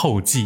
后记。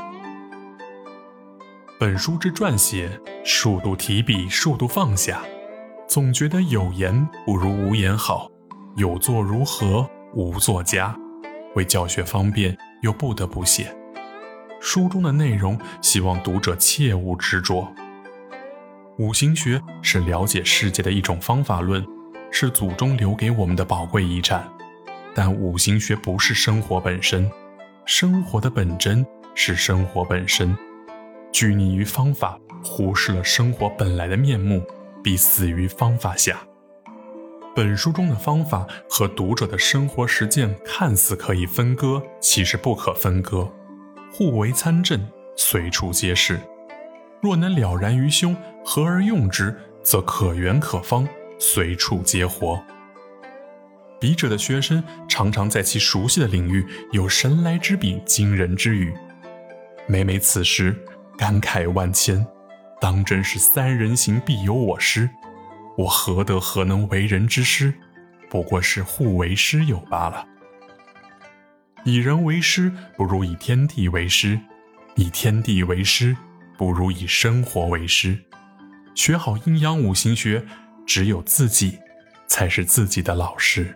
本书之撰写，数度提笔，数度放下，总觉得有言不如无言好，有作如何，无作佳。为教学方便，又不得不写。书中的内容，希望读者切勿执着。五行学是了解世界的一种方法论，是祖宗留给我们的宝贵遗产。但五行学不是生活本身，生活的本真是生活本身。拘泥于方法，忽视了生活本来的面目，必死于方法下。本书中的方法和读者的生活实践看似可以分割，其实不可分割，互为参照，随处皆是。若能了然于胸，合而用之，则可圆可方，随处皆活。笔者的学生常常在其熟悉的领域有神来之笔，惊人之语，每每此时感慨万千，当真是三人行必有我师。我何德何能为人之师？不过是互为师友罢了。以人为师，不如以天地为师；以天地为师，不如以生活为师。学好阴阳五行学，只有自己才是自己的老师。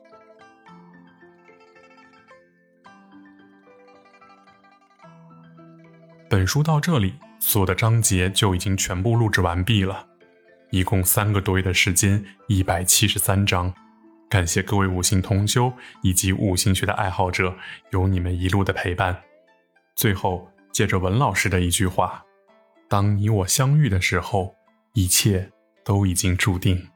本书到这里，所有的章节就已经全部录制完毕了，一共3个多月的时间，173章。感谢各位五行同修以及五行学的爱好者，有你们一路的陪伴。最后，借着文老师的一句话，当你我相遇的时候，一切都已经注定。